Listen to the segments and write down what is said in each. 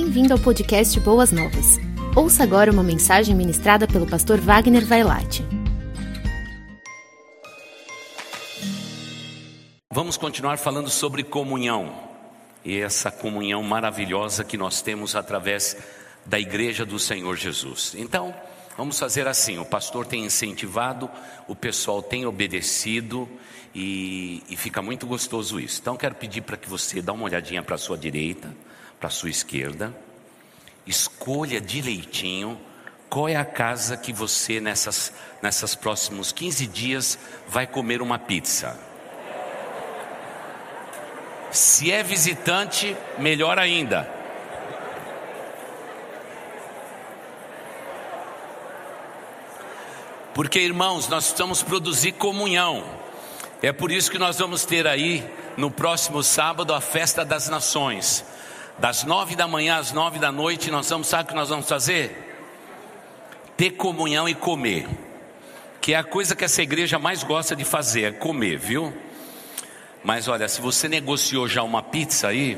Bem-vindo ao podcast Boas Novas. Ouça agora uma mensagem ministrada pelo pastor Wagner Vailate. Vamos continuar falando sobre comunhão. E essa comunhão maravilhosa que nós temos através da Igreja do Senhor Jesus. Então, vamos fazer assim, o pastor tem incentivado, o pessoal tem obedecido e fica muito gostoso isso. Então, quero pedir para que você dê uma olhadinha para a sua direita, para a sua esquerda. Escolha direitinho qual é a casa que você, nessas próximos 15 dias, vai comer uma pizza. Se é visitante, melhor ainda. Porque, irmãos, nós precisamos produzir comunhão. É por isso que nós vamos ter aí, no próximo sábado, a Festa das Nações. Das 9 da manhã às 9 da noite, sabe o que nós vamos fazer? Ter comunhão e comer. Que é a coisa que essa igreja mais gosta de fazer, é comer, viu? Mas olha, se você negociou já uma pizza aí,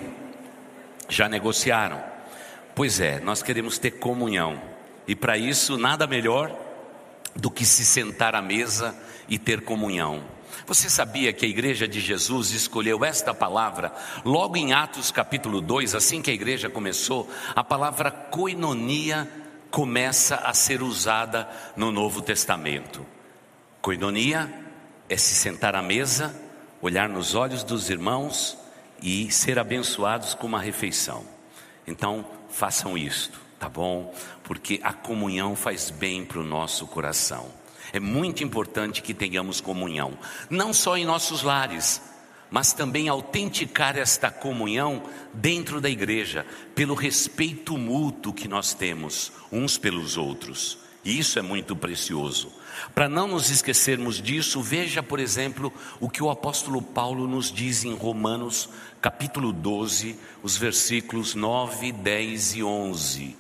já negociaram? Pois é, nós queremos ter comunhão. E para isso, nada melhor do que se sentar à mesa e ter comunhão. Você sabia que a igreja de Jesus escolheu esta palavra logo em Atos capítulo 2, assim que a igreja começou? A palavra koinonia começa a ser usada no Novo Testamento. Koinonia é se sentar à mesa, olhar nos olhos dos irmãos e ser abençoados com uma refeição. Então façam isto, tá bom? Porque a comunhão faz bem para o nosso coração. É muito importante que tenhamos comunhão, não só em nossos lares, mas também autenticar esta comunhão dentro da igreja, pelo respeito mútuo que nós temos uns pelos outros. E isso é muito precioso. Para não nos esquecermos disso, veja, por exemplo, o que o apóstolo Paulo nos diz em Romanos capítulo 12, os versículos 9, 10 e 11.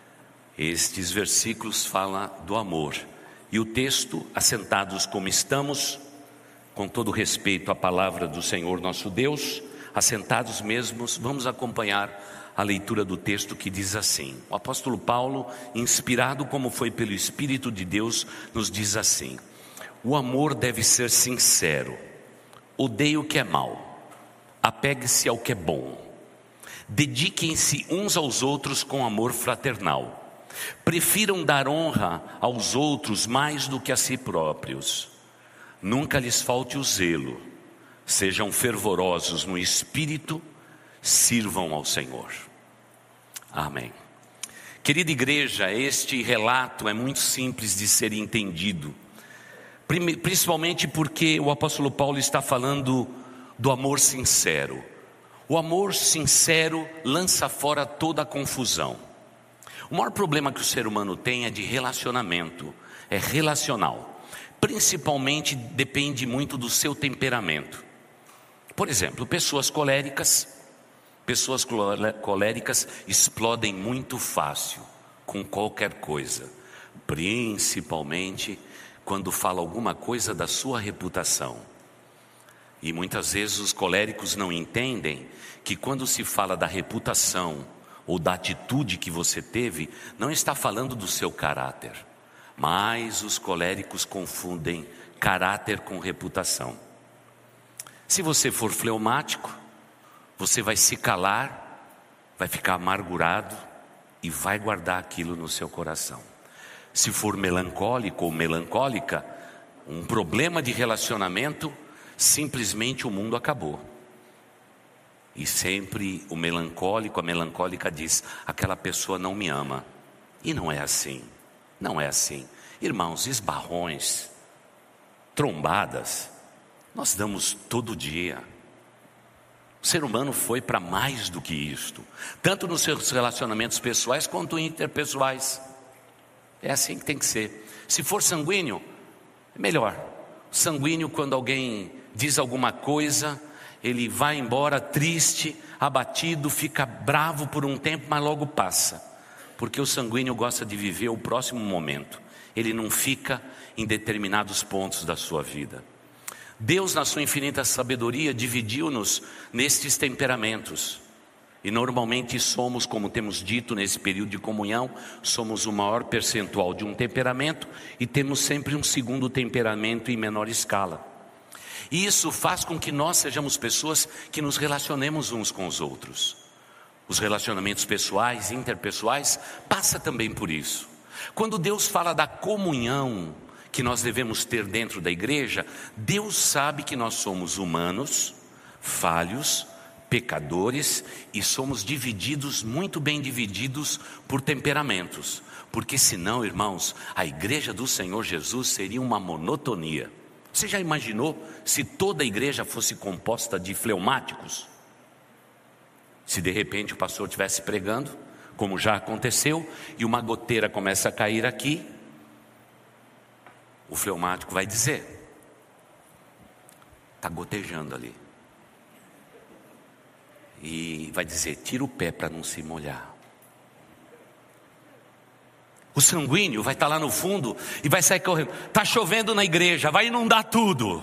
Estes versículos falam do amor. E o texto, assentados como estamos, com todo respeito à palavra do Senhor nosso Deus, assentados mesmos, vamos acompanhar a leitura do texto que diz assim. O apóstolo Paulo, inspirado como foi pelo Espírito de Deus, nos diz assim: o amor deve ser sincero, odeie o que é mal, apegue-se ao que é bom, dediquem-se uns aos outros com amor fraternal. Prefiram dar honra aos outros mais do que a si próprios. Nunca lhes falte o zelo. Sejam fervorosos no espírito, sirvam ao Senhor. Amém. Querida igreja, este relato é muito simples de ser entendido, principalmente porque o apóstolo Paulo está falando do amor sincero. O amor sincero lança fora toda a confusão. O maior problema que o ser humano tem é de relacionamento, é relacional. Principalmente depende muito do seu temperamento. Por exemplo, pessoas coléricas explodem muito fácil com qualquer coisa. Principalmente quando fala alguma coisa da sua reputação. E muitas vezes os coléricos não entendem que quando se fala da reputação ou da atitude que você teve, não está falando do seu caráter. Mas os coléricos confundem caráter com reputação. Se você for fleumático, você vai se calar, vai ficar amargurado e vai guardar aquilo no seu coração. Se for melancólico ou melancólica, um problema de relacionamento, simplesmente o mundo acabou. E sempre o melancólico, a melancólica diz: aquela pessoa não me ama. E não é assim, não é assim. Irmãos, esbarrões, trombadas, nós damos todo dia. O ser humano foi para mais do que isto, tanto nos seus relacionamentos pessoais quanto interpessoais. É assim que tem que ser. Se for sanguíneo, é melhor. Sanguíneo, quando alguém diz alguma coisa, ele vai embora triste, abatido, fica bravo por um tempo, mas logo passa. Porque o sanguíneo gosta de viver o próximo momento. Ele não fica em determinados pontos da sua vida. Deus, na sua infinita sabedoria, dividiu-nos nestes temperamentos. E normalmente somos, como temos dito nesse período de comunhão, somos o maior percentual de um temperamento e temos sempre um segundo temperamento em menor escala. E isso faz com que nós sejamos pessoas que nos relacionemos uns com os outros. Os relacionamentos pessoais, interpessoais, passa também por isso. Quando Deus fala da comunhão que nós devemos ter dentro da igreja, Deus sabe que nós somos humanos, falhos, pecadores e somos divididos, muito bem divididos por temperamentos. Porque senão, irmãos, a igreja do Senhor Jesus seria uma monotonia. Você já imaginou se toda a igreja fosse composta de fleumáticos? Se de repente o pastor estivesse pregando, como já aconteceu, e uma goteira começa a cair aqui, o fleumático vai dizer: está gotejando ali. E vai dizer: tira o pé para não se molhar. O sanguíneo vai estar lá no fundo e vai sair correndo: está chovendo na igreja, vai inundar tudo.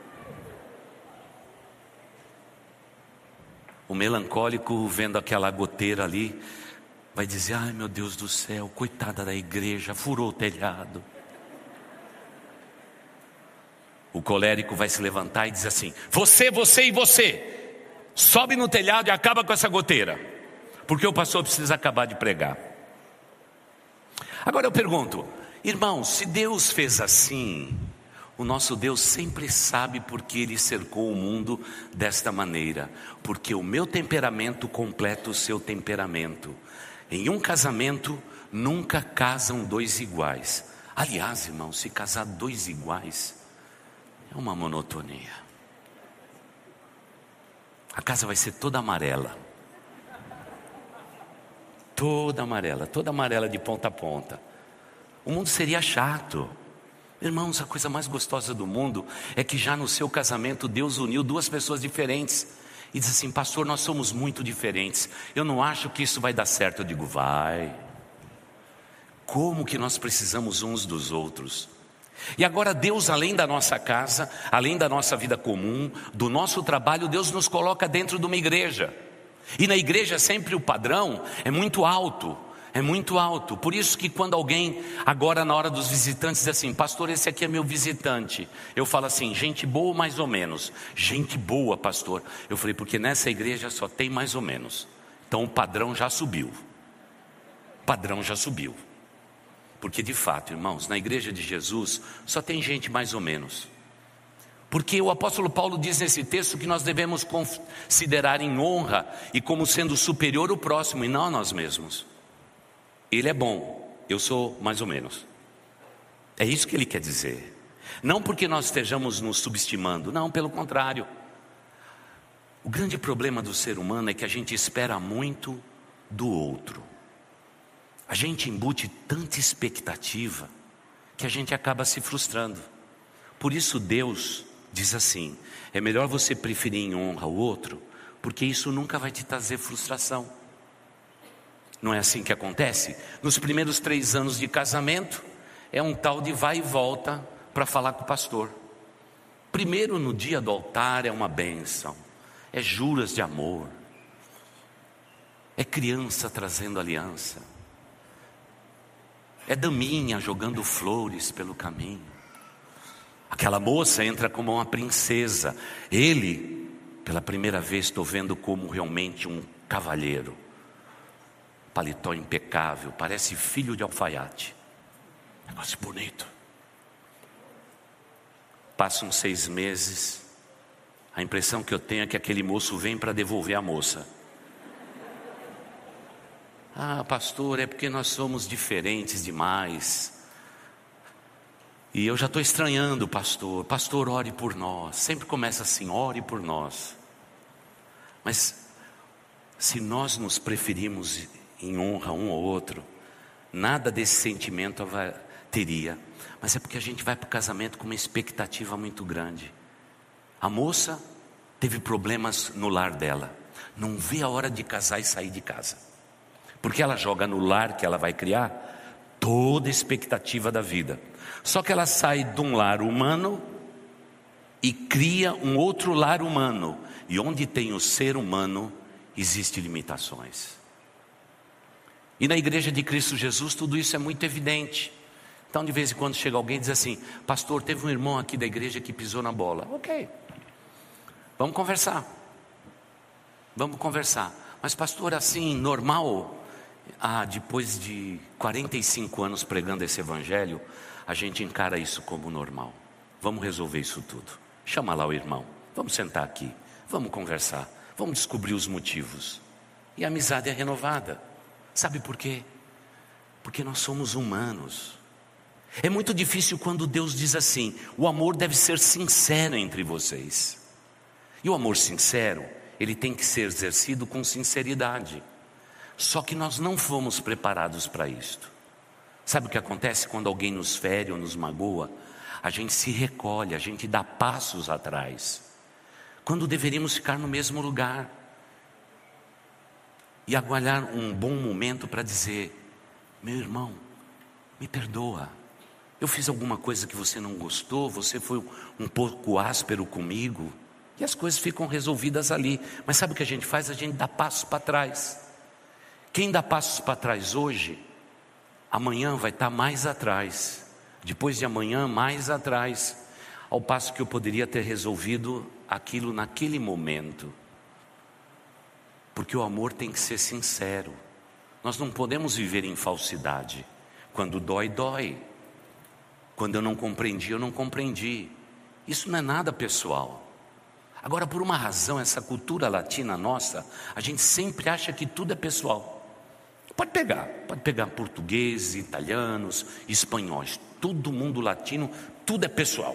O melancólico, vendo aquela goteira ali, vai dizer: ai meu Deus do céu, coitada da igreja, furou o telhado. O colérico vai se levantar e dizer assim: você e você, sobe no telhado e acaba com essa goteira, porque o pastor precisa acabar de pregar. Agora eu pergunto, irmãos, se Deus fez assim, o nosso Deus sempre sabe por que Ele cercou o mundo desta maneira. Porque o meu temperamento completa o seu temperamento. Em um casamento nunca casam dois iguais. Aliás, irmãos, se casar dois iguais é uma monotonia. A casa vai ser toda amarela. Toda amarela de ponta a ponta. O mundo seria chato. Irmãos, a coisa mais gostosa do mundo é que já no seu casamento Deus uniu duas pessoas diferentes. E diz assim: pastor, nós somos muito diferentes, eu não acho que isso vai dar certo. Eu digo: vai. Como que nós precisamos uns dos outros. E agora Deus, além da nossa casa, além da nossa vida comum, do nosso trabalho, Deus nos coloca dentro de uma igreja. E na igreja sempre o padrão é muito alto. É muito alto. Por isso que quando alguém, agora na hora dos visitantes, diz assim: pastor, esse aqui é meu visitante, eu falo assim: gente boa mais ou menos. Gente boa, pastor. Eu falei: porque nessa igreja só tem mais ou menos. Então o padrão já subiu. O padrão já subiu. Porque de fato, irmãos, na igreja de Jesus só tem gente mais ou menos. Porque o apóstolo Paulo diz nesse texto que nós devemos considerar em honra e como sendo superior o próximo e não a nós mesmos. Ele é bom, eu sou mais ou menos. É isso que ele quer dizer. Não porque nós estejamos nos subestimando, não, pelo contrário. O grande problema do ser humano é que a gente espera muito do outro. A gente embute tanta expectativa que a gente acaba se frustrando. Por isso Deus diz assim: é melhor você preferir em honra o outro, porque isso nunca vai te trazer frustração. Não é assim que acontece? Nos primeiros 3 anos de casamento, é um tal de vai e volta para falar com o pastor. Primeiro no dia do altar é uma bênção, é juras de amor, é criança trazendo aliança, é daminha jogando flores pelo caminho. Aquela moça entra como uma princesa. Ele, pela primeira vez, estou vendo como realmente um cavalheiro. Paletó impecável, parece filho de alfaiate. Negócio bonito. Passam 6 meses. A impressão que eu tenho é que aquele moço vem para devolver a moça. Ah, pastor, é porque nós somos diferentes demais. E eu já estou estranhando, pastor. Pastor, ore por nós. Sempre começa assim: ore por nós. Mas se nós nos preferimos em honra um ao outro, nada desse sentimento teria. Mas é porque a gente vai para o casamento com uma expectativa muito grande. A moça teve problemas no lar dela, não vê a hora de casar e sair de casa, porque ela joga no lar que ela vai criar toda a expectativa da vida. Só que ela sai de um lar humano e cria um outro lar humano. E onde tem o ser humano, existem limitações. E na igreja de Cristo Jesus tudo isso é muito evidente. Então de vez em quando chega alguém e diz assim: pastor, teve um irmão aqui da igreja que pisou na bola. Ok, vamos conversar. Mas pastor, assim, normal? Depois de 45 anos pregando esse evangelho, a gente encara isso como normal. Vamos resolver isso tudo. Chama lá o irmão, vamos sentar aqui, vamos conversar, vamos descobrir os motivos. E a amizade é renovada. Sabe por quê? Porque nós somos humanos. É muito difícil quando Deus diz assim: o amor deve ser sincero entre vocês. E o amor sincero, ele tem que ser exercido com sinceridade. Só que nós não fomos preparados para isto. Sabe o que acontece quando alguém nos fere ou nos magoa? A gente se recolhe, a gente dá passos atrás, quando deveríamos ficar no mesmo lugar e aguardar um bom momento para dizer: meu irmão, me perdoa, eu fiz alguma coisa que você não gostou, você foi um pouco áspero comigo, e as coisas ficam resolvidas ali. Mas sabe o que a gente faz? A gente dá passos para trás. Quem dá passos para trás hoje, amanhã vai estar mais atrás, depois de amanhã mais atrás, ao passo que eu poderia ter resolvido aquilo naquele momento. Porque o amor tem que ser sincero. Nós não podemos viver em falsidade. Quando dói, dói. Quando eu não compreendi, eu não compreendi. Isso não é nada pessoal. Agora, por uma razão, essa cultura latina nossa, a gente sempre acha que tudo é pessoal. Pode pegar portugueses, italianos, espanhóis, todo mundo latino, tudo é pessoal.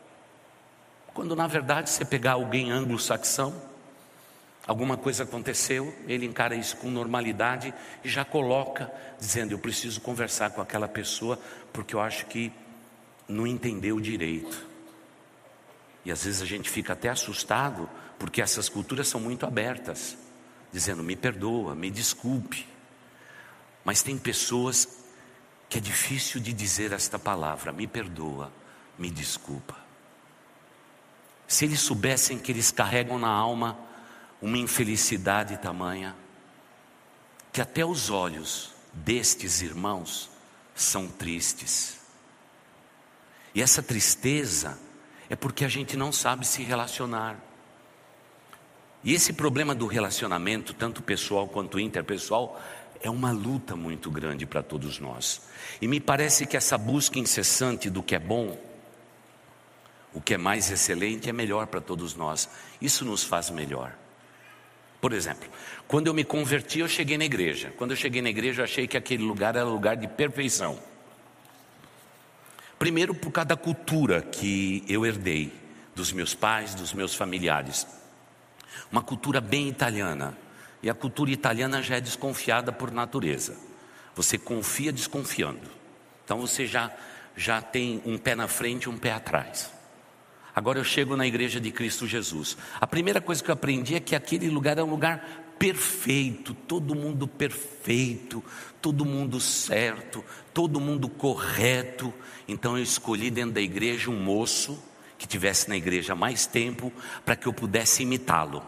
Quando na verdade você pegar alguém anglo-saxão, alguma coisa aconteceu, ele encara isso com normalidade e já coloca, dizendo: eu preciso conversar com aquela pessoa porque eu acho que não entendeu direito. E às vezes a gente fica até assustado, porque essas culturas são muito abertas, dizendo: me perdoa, me desculpe. Mas tem pessoas que é difícil de dizer esta palavra: me perdoa, me desculpa. Se eles soubessem que eles carregam na alma uma infelicidade tamanha, que até os olhos destes irmãos são tristes. E essa tristeza é porque a gente não sabe se relacionar. E esse problema do relacionamento, tanto pessoal quanto interpessoal, é uma luta muito grande para todos nós. E me parece que essa busca incessante do que é bom, o que é mais excelente, é melhor para todos nós. Isso nos faz melhor. Por exemplo, quando eu me converti, eu cheguei na igreja. Quando eu cheguei na igreja, eu achei que aquele lugar era lugar de perfeição. Primeiro, por causa da cultura que eu herdei dos meus pais, dos meus familiares. Uma cultura bem italiana. E a cultura italiana já é desconfiada por natureza. Você confia desconfiando. Então você já tem um pé na frente e um pé atrás. Agora eu chego na igreja de Cristo Jesus. A primeira coisa que eu aprendi é que aquele lugar é um lugar perfeito. Todo mundo perfeito, todo mundo certo, todo mundo correto. Então eu escolhi dentro da igreja um moço que tivesse na igreja mais tempo, para que eu pudesse imitá-lo.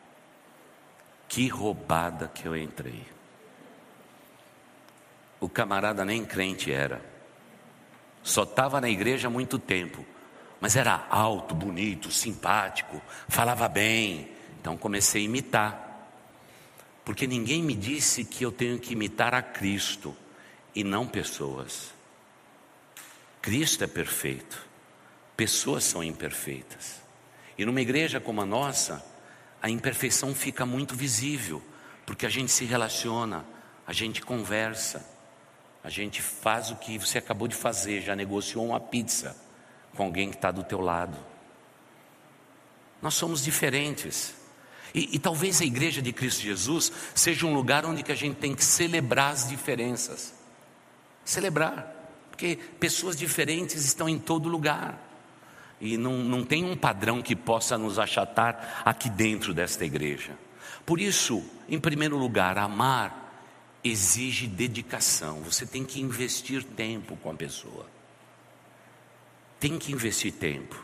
Que roubada que eu entrei. O camarada nem crente era. Só estava na igreja há muito tempo. Mas era alto, bonito, simpático, falava bem. Então comecei a imitar. Porque ninguém me disse que eu tenho que imitar a Cristo e não pessoas. Cristo é perfeito. Pessoas são imperfeitas. E numa igreja como a nossa, a imperfeição fica muito visível, porque a gente se relaciona, a gente conversa, a gente faz o que você acabou de fazer, já negociou uma pizza com alguém que está do teu lado. Nós somos diferentes. E talvez a igreja de Cristo Jesus seja um lugar onde que a gente tem que celebrar as diferenças. Celebrar, porque pessoas diferentes estão em todo lugar. E não tem um padrão que possa nos achatar aqui dentro desta igreja. Por isso, em primeiro lugar, amar exige dedicação. Você tem que investir tempo com a pessoa. Tem que investir tempo.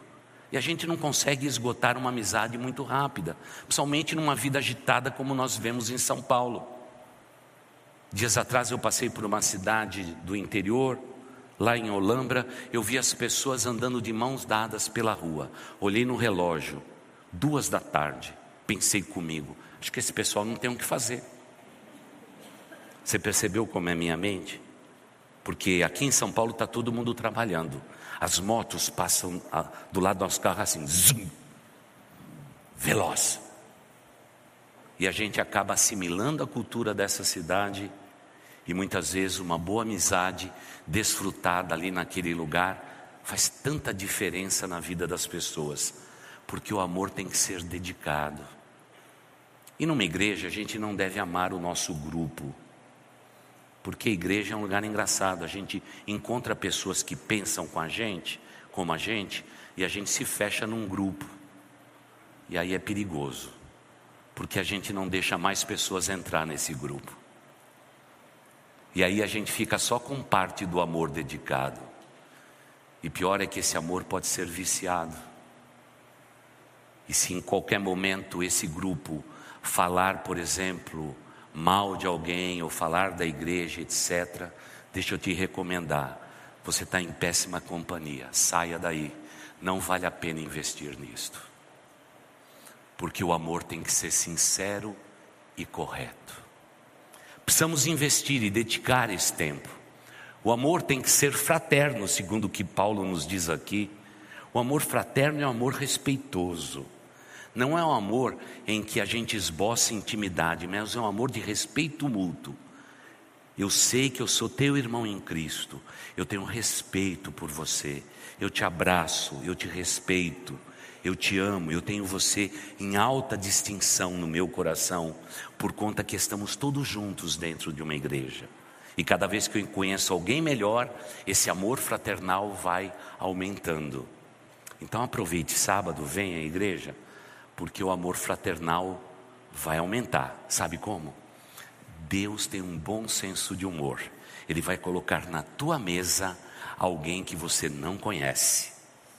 E a gente não consegue esgotar uma amizade muito rápida, principalmente numa vida agitada como nós vemos em São Paulo. Dias atrás eu passei por uma cidade do interior, lá em Olambra, eu vi as pessoas andando de mãos dadas pela rua. Olhei no relógio, 2 da tarde, pensei comigo, acho que esse pessoal não tem o que fazer. Você percebeu como é minha mente? Porque aqui em São Paulo está todo mundo trabalhando. As motos passam do lado dos carros assim, zum, veloz. E a gente acaba assimilando a cultura dessa cidade. E muitas vezes uma boa amizade desfrutada ali naquele lugar faz tanta diferença na vida das pessoas. Porque o amor tem que ser dedicado. E numa igreja a gente não deve amar o nosso grupo. Porque a igreja é um lugar engraçado, a gente encontra pessoas que pensam com a gente, como a gente, e a gente se fecha num grupo. E aí é perigoso, porque a gente não deixa mais pessoas entrar nesse grupo. E aí a gente fica só com parte do amor dedicado. E pior é que esse amor pode ser viciado. E se em qualquer momento esse grupo falar, por exemplo, mal de alguém ou falar da igreja, etc., deixa eu te recomendar, você está em péssima companhia, saia daí, não vale a pena investir nisto, porque o amor tem que ser sincero e correto. Precisamos investir e dedicar esse tempo. O amor tem que ser fraterno, segundo o que Paulo nos diz aqui. O amor fraterno é um amor respeitoso. Não é um amor em que a gente esboça intimidade, mas é um amor de respeito mútuo. Eu sei que eu sou teu irmão em Cristo, eu tenho respeito por você, eu te abraço, eu te respeito, eu te amo, eu tenho você em alta distinção no meu coração, por conta que estamos todos juntos dentro de uma igreja. E cada vez que eu conheço alguém melhor, esse amor fraternal vai aumentando. Então aproveite sábado, venha à igreja, porque o amor fraternal vai aumentar. Sabe como? Deus tem um bom senso de humor. Ele vai colocar na tua mesa alguém que você não conhece.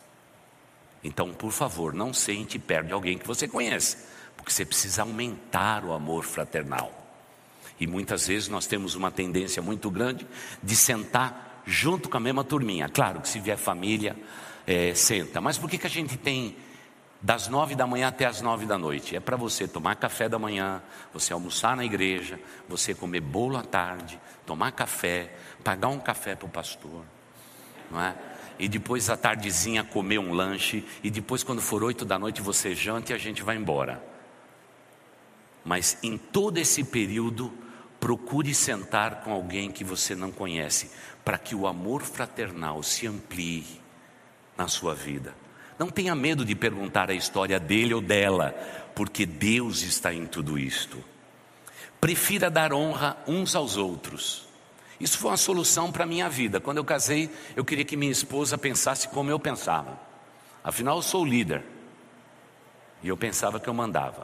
Então, por favor, não sente perto de alguém que você conhece, porque você precisa aumentar o amor fraternal. E muitas vezes nós temos uma tendência muito grande de sentar junto com a mesma turminha. Claro que se vier família, senta. Mas por que a gente tem das 9 da manhã até as 9 da noite? É para você tomar café da manhã, você almoçar na igreja, você comer bolo à tarde, tomar café, pagar um café para o pastor, não é? E depois à tardezinha comer um lanche, e depois quando for 8 da noite você janta e a gente vai embora. Mas em todo esse período, procure sentar com alguém que você não conhece, para que o amor fraternal se amplie na sua vida. Não tenha medo de perguntar a história dele ou dela, porque Deus está em tudo isto. Prefira dar honra uns aos outros. Isso foi uma solução para a minha vida. Quando eu casei, eu queria que minha esposa pensasse como eu pensava. Afinal, eu sou o líder. E eu pensava que eu mandava.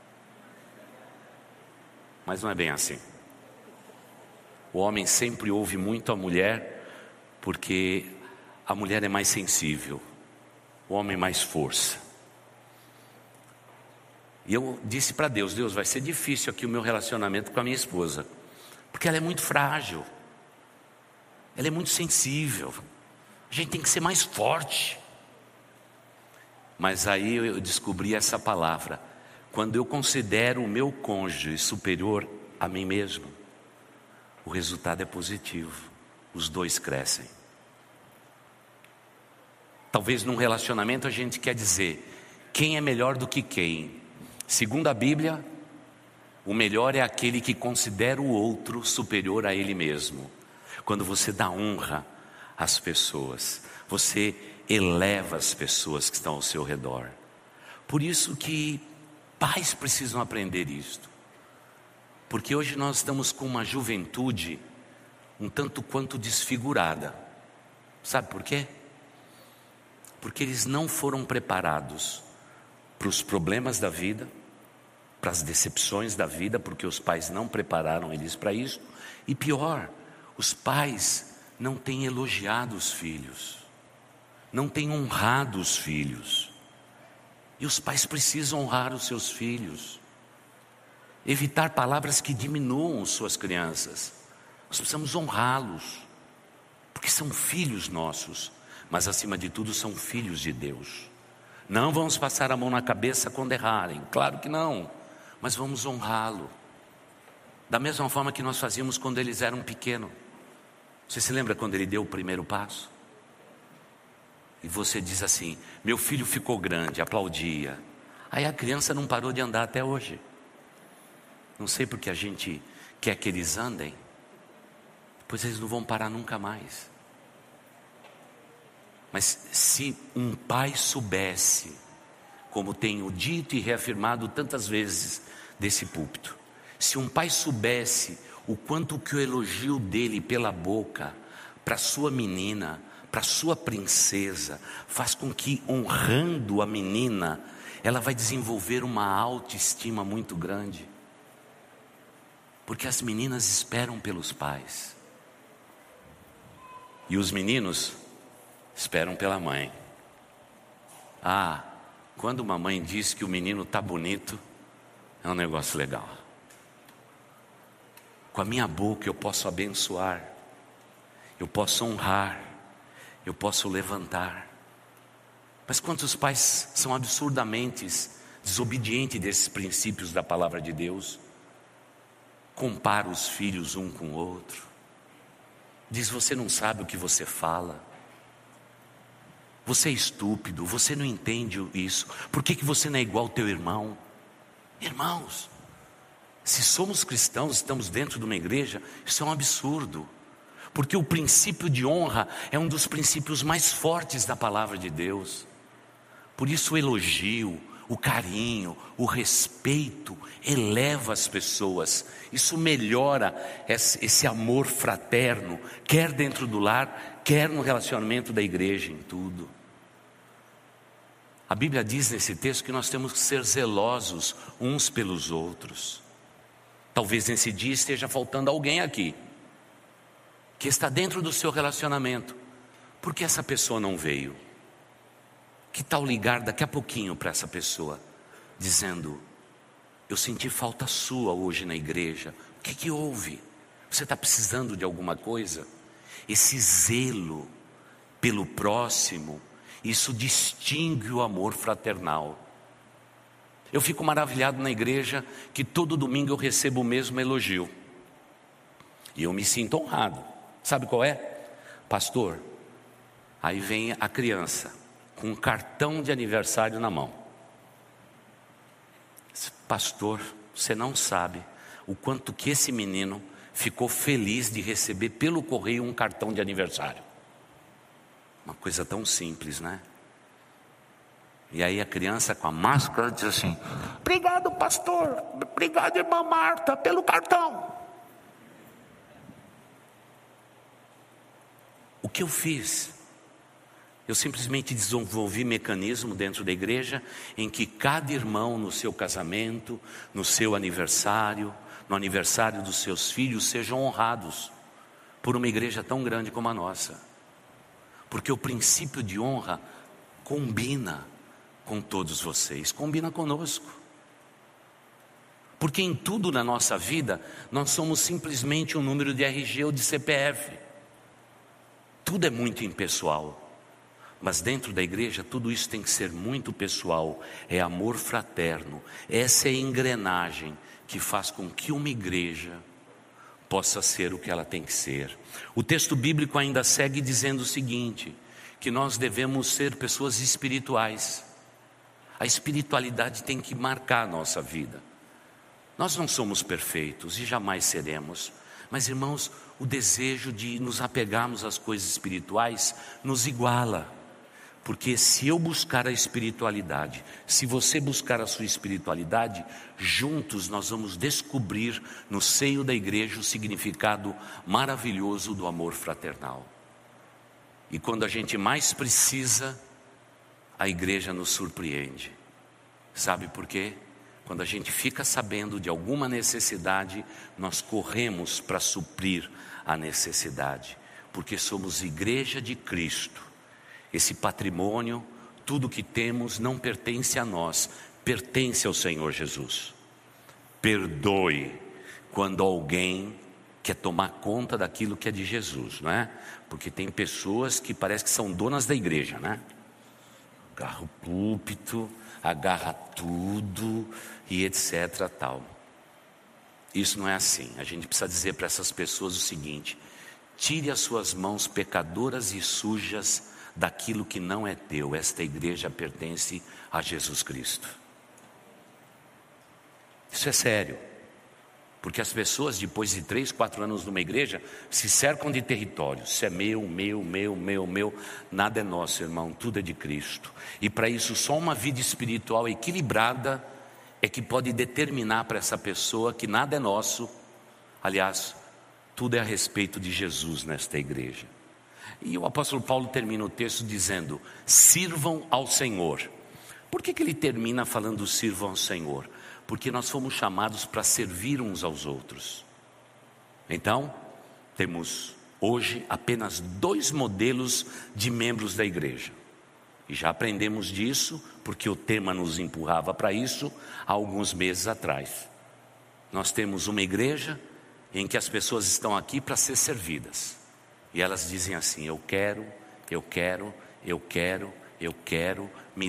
Mas não é bem assim. O homem sempre ouve muito a mulher, porque a mulher é mais sensível. O homem mais força. E eu disse para Deus, Deus, vai ser difícil aqui o meu relacionamento com a minha esposa, porque ela é muito frágil, ela é muito sensível, a gente tem que ser mais forte. Mas aí eu descobri essa palavra: quando eu considero o meu cônjuge superior a mim mesmo, o resultado é positivo, os dois crescem. Talvez num relacionamento a gente quer dizer quem é melhor do que quem. Segundo a Bíblia, o melhor é aquele que considera o outro superior a ele mesmo. Quando você dá honra às pessoas, você eleva as pessoas que estão ao seu redor. Por isso que pais precisam aprender isto. Porque hoje nós estamos com uma juventude um tanto quanto desfigurada. Sabe por quê? Porque eles não foram preparados para os problemas da vida, para as decepções da vida, porque os pais não prepararam eles para isso. E pior, os pais não têm elogiado os filhos, não têm honrado os filhos. E os pais precisam honrar os seus filhos, evitar palavras que diminuam suas crianças. Nós precisamos honrá-los, porque são filhos nossos, mas acima de tudo são filhos de Deus. Não vamos passar a mão na cabeça quando errarem, claro que não, mas vamos honrá-lo, da mesma forma que nós fazíamos quando eles eram pequenos. Você se lembra quando ele deu o primeiro passo? E você diz assim: meu filho ficou grande, aplaudia. Aí a criança não parou de andar até hoje. Não sei porque a gente quer que eles andem, pois eles não vão parar nunca mais. Mas se um pai soubesse, como tenho dito e reafirmado tantas vezes desse púlpito, se um pai soubesse o quanto que o elogio dele pela boca para sua menina, para sua princesa, faz com que, honrando a menina, ela vai desenvolver uma autoestima muito grande. Porque as meninas esperam pelos pais, e os meninos esperam pela mãe. Quando uma mãe diz que o menino está bonito, é um negócio legal. Com a minha boca eu posso abençoar, eu posso honrar, eu posso levantar. Mas quantos pais são absurdamente desobedientes desses princípios da palavra de Deus? Compara os filhos um com o outro, diz: você não sabe o que você fala, você é estúpido, você não entende isso, por que você não é igual ao teu irmão? Irmãos, se somos cristãos, estamos dentro de uma igreja, isso é um absurdo. Porque o princípio de honra é um dos princípios mais fortes da palavra de Deus. Por isso o elogio, o carinho, o respeito eleva as pessoas. Isso melhora esse amor fraterno, quer dentro do lar, quer no relacionamento da igreja, em tudo. A Bíblia diz nesse texto que nós temos que ser zelosos uns pelos outros. Talvez nesse dia esteja faltando alguém aqui, que está dentro do seu relacionamento. Por que essa pessoa não veio? Que tal ligar daqui a pouquinho para essa pessoa, dizendo: eu senti falta sua hoje na igreja, o que houve? Você está precisando de alguma coisa? Esse zelo pelo próximo, isso distingue o amor fraternal. Eu fico maravilhado na igreja que todo domingo eu recebo o mesmo elogio, e eu me sinto honrado. Sabe qual é? Pastor, aí vem a criança com um cartão de aniversário na mão. Pastor, você não sabe o quanto que esse menino ficou feliz de receber pelo correio um cartão de aniversário. Uma coisa tão simples, né? E aí a criança com a máscara diz assim: obrigado, pastor, obrigado, irmã Marta, pelo cartão. O que eu fiz? Eu simplesmente desenvolvi mecanismo dentro da igreja em que cada irmão no seu casamento, no seu aniversário, no aniversário dos seus filhos, sejam honrados por uma igreja tão grande como a nossa. Porque o princípio de honra combina com todos vocês, combina conosco. Porque em tudo na nossa vida, nós somos simplesmente um número de RG ou de CPF. Tudo é muito impessoal. Mas dentro da igreja tudo isso tem que ser muito pessoal. É amor fraterno. Essa é a engrenagem que faz com que uma igreja possa ser o que ela tem que ser. O texto bíblico ainda segue dizendo o seguinte: que nós devemos ser pessoas espirituais. A espiritualidade tem que marcar a nossa vida. Nós não somos perfeitos e jamais seremos. Mas, irmãos, o desejo de nos apegarmos às coisas espirituais nos iguala. Porque se eu buscar a espiritualidade, se você buscar a sua espiritualidade, juntos nós vamos descobrir no seio da igreja o significado maravilhoso do amor fraternal. E quando a gente mais precisa, a igreja nos surpreende. Sabe por quê? Quando a gente fica sabendo de alguma necessidade, nós corremos para suprir a necessidade. Porque somos igreja de Cristo. Esse patrimônio Tudo que temos não pertence a nós, pertence ao Senhor Jesus. Perdoe quando alguém quer tomar conta daquilo que é de Jesus, não é? Porque tem pessoas que parece que são donas da igreja, né? Agarra o púlpito, agarra tudo e etc. tal. Isso não é assim. A gente precisa dizer para essas pessoas o seguinte: tire as suas mãos pecadoras e sujas daquilo que não é teu. Esta igreja pertence a Jesus Cristo. Isso é sério. Porque as pessoas, depois de 3, 4 anos numa igreja, se cercam de território. Isso é meu. Nada é nosso, irmão, tudo é de Cristo. E para isso, só uma vida espiritual equilibrada é que pode determinar para essa pessoa que nada é nosso. Aliás, tudo é a respeito de Jesus nesta igreja. E o apóstolo Paulo termina o texto dizendo: sirvam ao Senhor. Por que ele termina falando sirvam ao Senhor? Porque nós fomos chamados para servir uns aos outros. Então, temos hoje apenas 2 modelos de membros da igreja. E já aprendemos disso, porque o tema nos empurrava para isso há alguns meses atrás. Nós temos uma igreja em que as pessoas estão aqui para ser servidas. E elas dizem assim: eu quero, me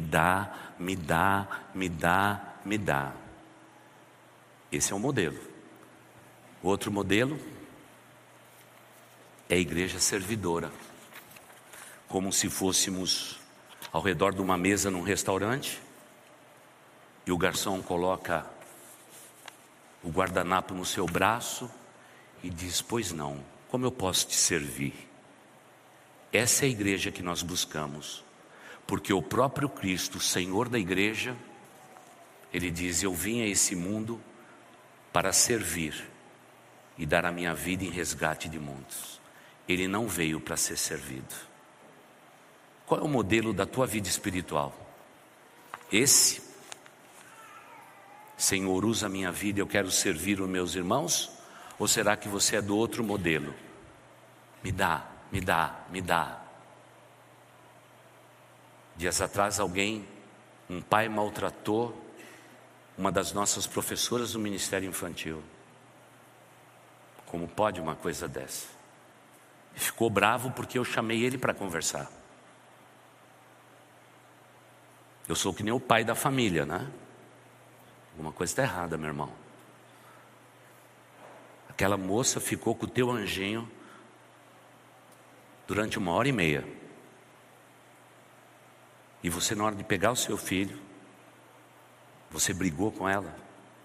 dá. Esse é um modelo. Outro modelo é a igreja servidora. Como se fôssemos ao redor de uma mesa num restaurante e o garçom coloca o guardanapo no seu braço e diz: pois não, como eu posso te servir? Essa é a igreja que nós buscamos, porque o próprio Cristo, Senhor da igreja, Ele diz: eu vim a esse mundo para servir e dar a minha vida em resgate de muitos. Ele não veio para ser servido. Qual é o modelo da tua vida espiritual? Esse? Senhor, usa a minha vida, eu quero servir os meus irmãos? Ou será que você é do outro modelo? Me dá. Dias atrás um pai maltratou uma das nossas professoras do Ministério Infantil. Como pode uma coisa dessa? E ficou bravo porque eu chamei ele para conversar. Eu sou que nem o pai da família, né? Alguma coisa está errada, meu irmão. Aquela moça ficou com o teu anjinho durante 1h30. E você, na hora de pegar o seu filho, você brigou com ela.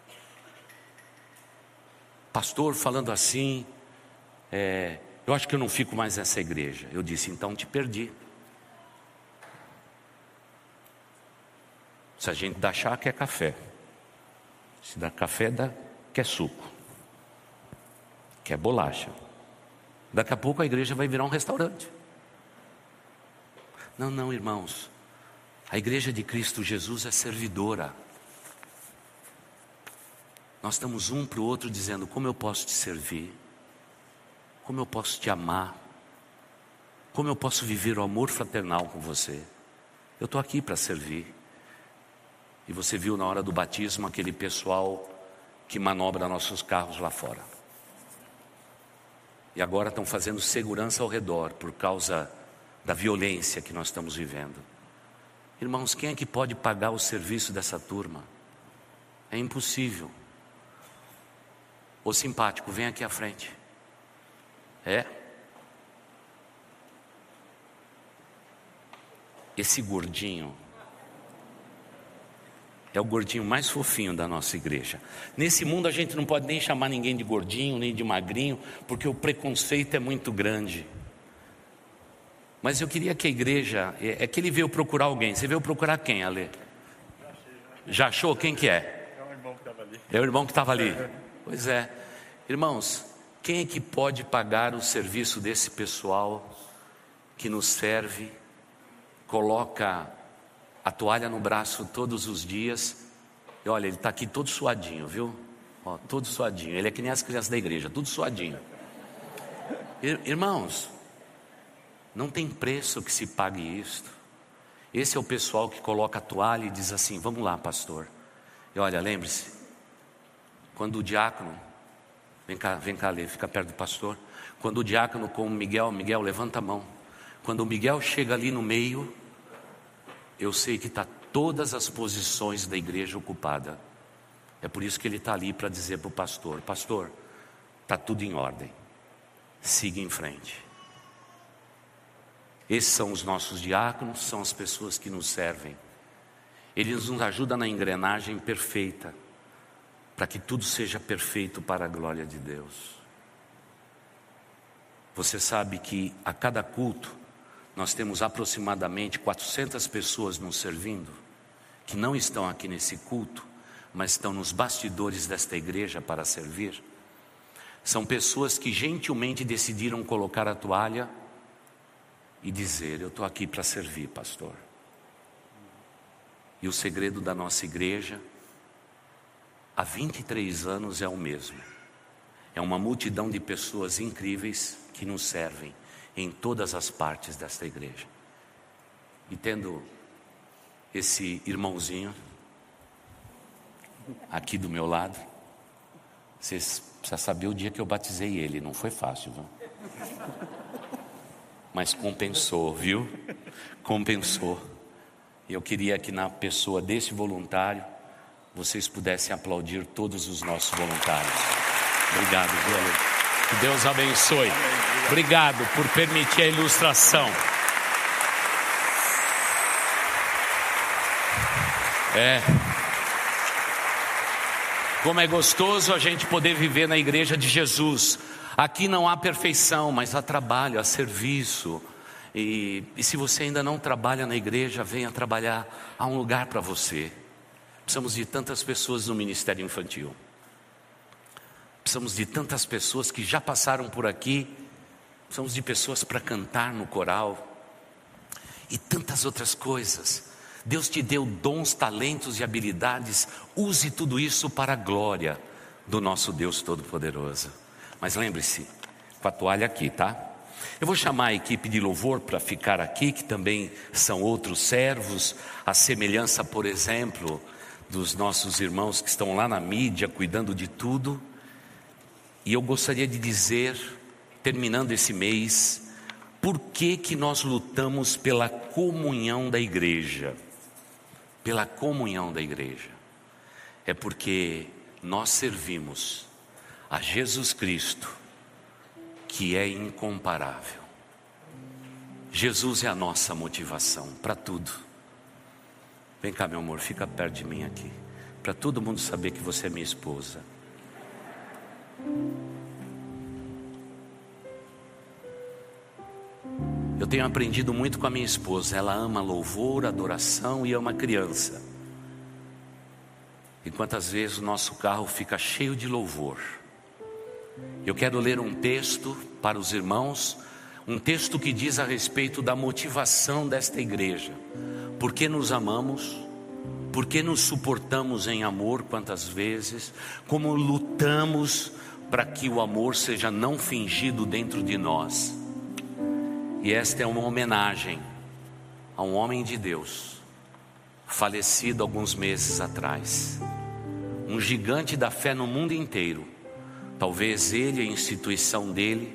Pastor, falando assim, eu acho que eu não fico mais nessa igreja. Eu disse: então te perdi. Se a gente dá chá, quer café. Se dá café, quer suco. Quer bolacha. Daqui a pouco a igreja vai virar um restaurante. Não, irmãos. A igreja de Cristo Jesus é servidora. Nós estamos um para o outro dizendo: como eu posso te servir? Como eu posso te amar? Como eu posso viver o amor fraternal com você? Eu estou aqui para servir. E você viu na hora do batismo aquele pessoal que manobra nossos carros lá fora. E agora estão fazendo segurança ao redor por causa da violência que nós estamos vivendo. Irmãos, quem é que pode pagar o serviço dessa turma? É impossível. Ô simpático, vem aqui à frente. Esse gordinho é o gordinho mais fofinho da nossa igreja. Nesse mundo a gente não pode nem chamar ninguém de gordinho, nem de magrinho, porque o preconceito é muito grande. Mas eu queria que a igreja, que ele veio procurar alguém. Você veio procurar quem, Ale? Já achou? Quem que é? É o irmão que estava ali. É o irmão que estava ali. Pois é. Irmãos, quem é que pode pagar o serviço desse pessoal que nos serve, coloca a toalha no braço todos os dias? E olha, ele está aqui todo suadinho, viu? Todo suadinho. Ele é que nem as crianças da igreja, tudo suadinho. Irmãos, não tem preço que se pague isto. Esse é o pessoal que coloca a toalha e diz assim: vamos lá, pastor. E olha, lembre-se, quando o diácono, vem cá, Lê, fica perto do pastor. Quando o diácono com o Miguel, levanta a mão. Quando o Miguel chega ali no meio, eu sei que está todas as posições da igreja ocupadas. É por isso que ele está ali para dizer para o pastor: pastor, está tudo em ordem, siga em frente. Esses são os nossos diáconos, são as pessoas que nos servem. Eles nos ajudam na engrenagem perfeita, para que tudo seja perfeito para a glória de Deus. Você sabe que a cada culto nós temos aproximadamente 400 pessoas nos servindo, que não estão aqui nesse culto, mas estão nos bastidores desta igreja para servir. São pessoas que gentilmente decidiram colocar a toalha e dizer: eu estou aqui para servir, pastor. E o segredo da nossa igreja, há 23 anos, é o mesmo. É uma multidão de pessoas incríveis que nos servem em todas as partes desta igreja. E tendo esse irmãozinho aqui do meu lado, vocês precisam saber o dia que eu batizei ele. Não foi fácil, viu? Mas compensou, viu? Compensou. E eu queria que na pessoa desse voluntário vocês pudessem aplaudir todos os nossos voluntários. Obrigado, viu, Ale? Que Deus abençoe. Obrigado por permitir a ilustração. Como é gostoso a gente poder viver na igreja de Jesus. Aqui não há perfeição, mas há trabalho, há serviço. E se você ainda não trabalha na igreja, venha trabalhar. Há um lugar para você. Precisamos de tantas pessoas no ministério infantil. Precisamos de tantas pessoas que já passaram por aqui. Precisamos de pessoas para cantar no coral. E tantas outras coisas. Deus te deu dons, talentos e habilidades. Use tudo isso para a glória do nosso Deus Todo-Poderoso. Mas lembre-se, com a toalha aqui, tá? Eu vou chamar a equipe de louvor para ficar aqui, que também são outros servos, a semelhança, por exemplo, dos nossos irmãos que estão lá na mídia, cuidando de tudo. E eu gostaria de dizer, terminando esse mês, por que nós lutamos pela comunhão da igreja? Pela comunhão da igreja. É porque nós servimos a Jesus Cristo, que é incomparável. Jesus é a nossa motivação para tudo. Vem cá, meu amor, fica perto de mim aqui, para todo mundo saber que você é minha esposa. Eu tenho aprendido muito com a minha esposa. Ela ama louvor, adoração e ama criança. E quantas vezes o nosso carro fica cheio de louvor. Eu quero ler um texto para os irmãos, um texto que diz a respeito da motivação desta igreja. Por que nos amamos? Por que nos suportamos em amor quantas vezes? Como lutamos para que o amor seja não fingido dentro de nós? E esta é uma homenagem a um homem de Deus, falecido alguns meses atrás. Um gigante da fé no mundo inteiro. Talvez ele, a instituição dele,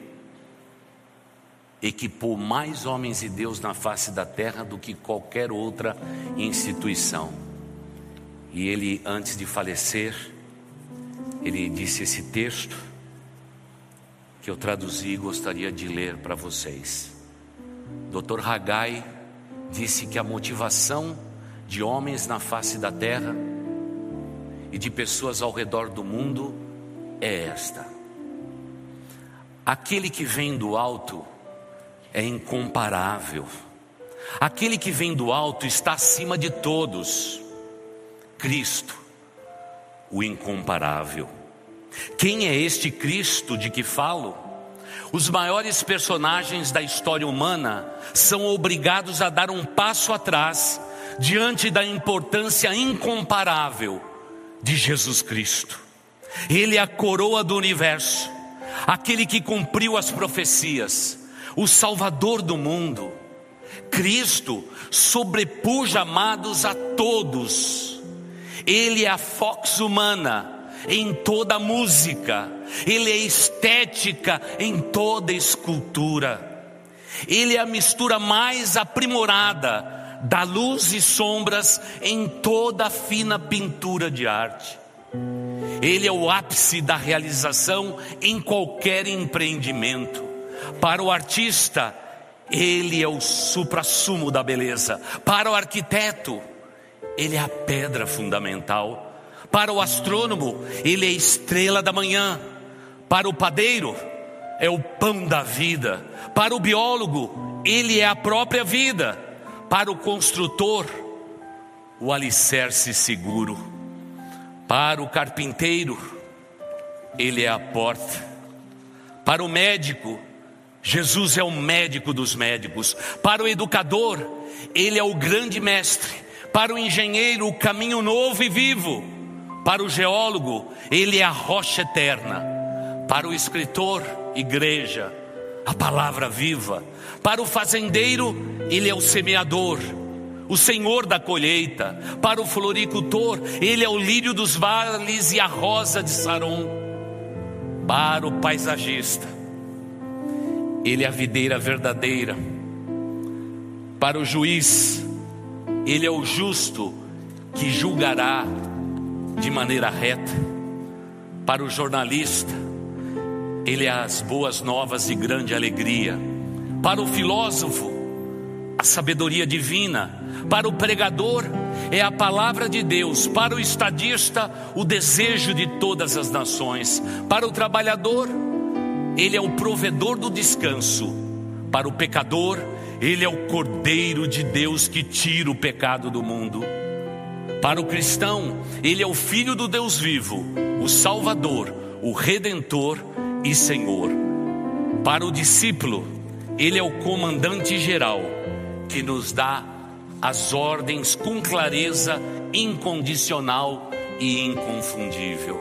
equipou mais homens de Deus na face da terra do que qualquer outra instituição. E ele, antes de falecer, ele disse esse texto que eu traduzi e gostaria de ler para vocês. Dr. Haggai disse que a motivação de homens na face da terra e de pessoas ao redor do mundo é esta: aquele que vem do alto é incomparável. Aquele que vem do alto está acima de todos. Cristo, o incomparável. Quem é este Cristo de que falo? Os maiores personagens da história humana são obrigados a dar um passo atrás diante da importância incomparável de Jesus Cristo. Ele é a coroa do universo, aquele que cumpriu as profecias, o Salvador do mundo. Cristo sobrepuja, amados, a todos. Ele é a fox humana em toda a música. Ele é estética em toda a escultura. Ele é a mistura mais aprimorada da luz e sombras em toda a fina pintura de arte. Ele é o ápice da realização em qualquer empreendimento. Para o artista, ele é o suprassumo da beleza. Para o arquiteto, ele é a pedra fundamental. Para o astrônomo, ele é a estrela da manhã. Para o padeiro, é o pão da vida. Para o biólogo, ele é a própria vida. Para o construtor, o alicerce seguro. Para o carpinteiro, ele é a porta. Para o médico, Jesus é o médico dos médicos. Para o educador, ele é o grande mestre. Para o engenheiro, o caminho novo e vivo. Para o geólogo, ele é a rocha eterna. Para o escritor, igreja, a palavra viva. Para o fazendeiro, ele é o semeador, o senhor da colheita. Para o floricultor, ele é o lírio dos vales e a rosa de Saron. Para o paisagista, ele é a videira verdadeira. Para o juiz, ele é o justo que julgará de maneira reta. Para o jornalista, ele é as boas novas de grande alegria. Para o filósofo, a sabedoria divina. Para o pregador, é a palavra de Deus. Para o estadista, o desejo de todas as nações. Para o trabalhador, ele é o provedor do descanso. Para o pecador, ele é o Cordeiro de Deus que tira o pecado do mundo. Para o cristão, ele é o Filho do Deus vivo, o Salvador, o Redentor e Senhor. Para o discípulo, ele é o comandante geral, que nos dá as ordens com clareza incondicional e inconfundível.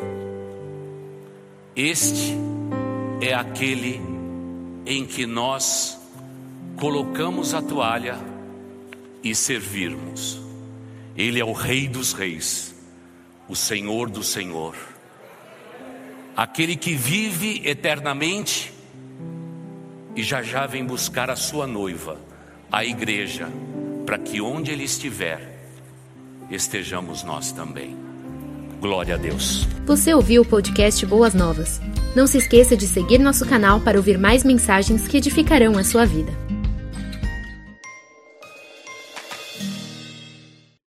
Este é aquele em que nós colocamos a toalha e servirmos. Ele é o Rei dos Reis, o Senhor do Senhor, aquele que vive eternamente e já já vem buscar a sua noiva, a igreja, para que onde ele estiver, estejamos nós também. Glória a Deus. Você ouviu o podcast Boas Novas? Não se esqueça de seguir nosso canal para ouvir mais mensagens que edificarão a sua vida.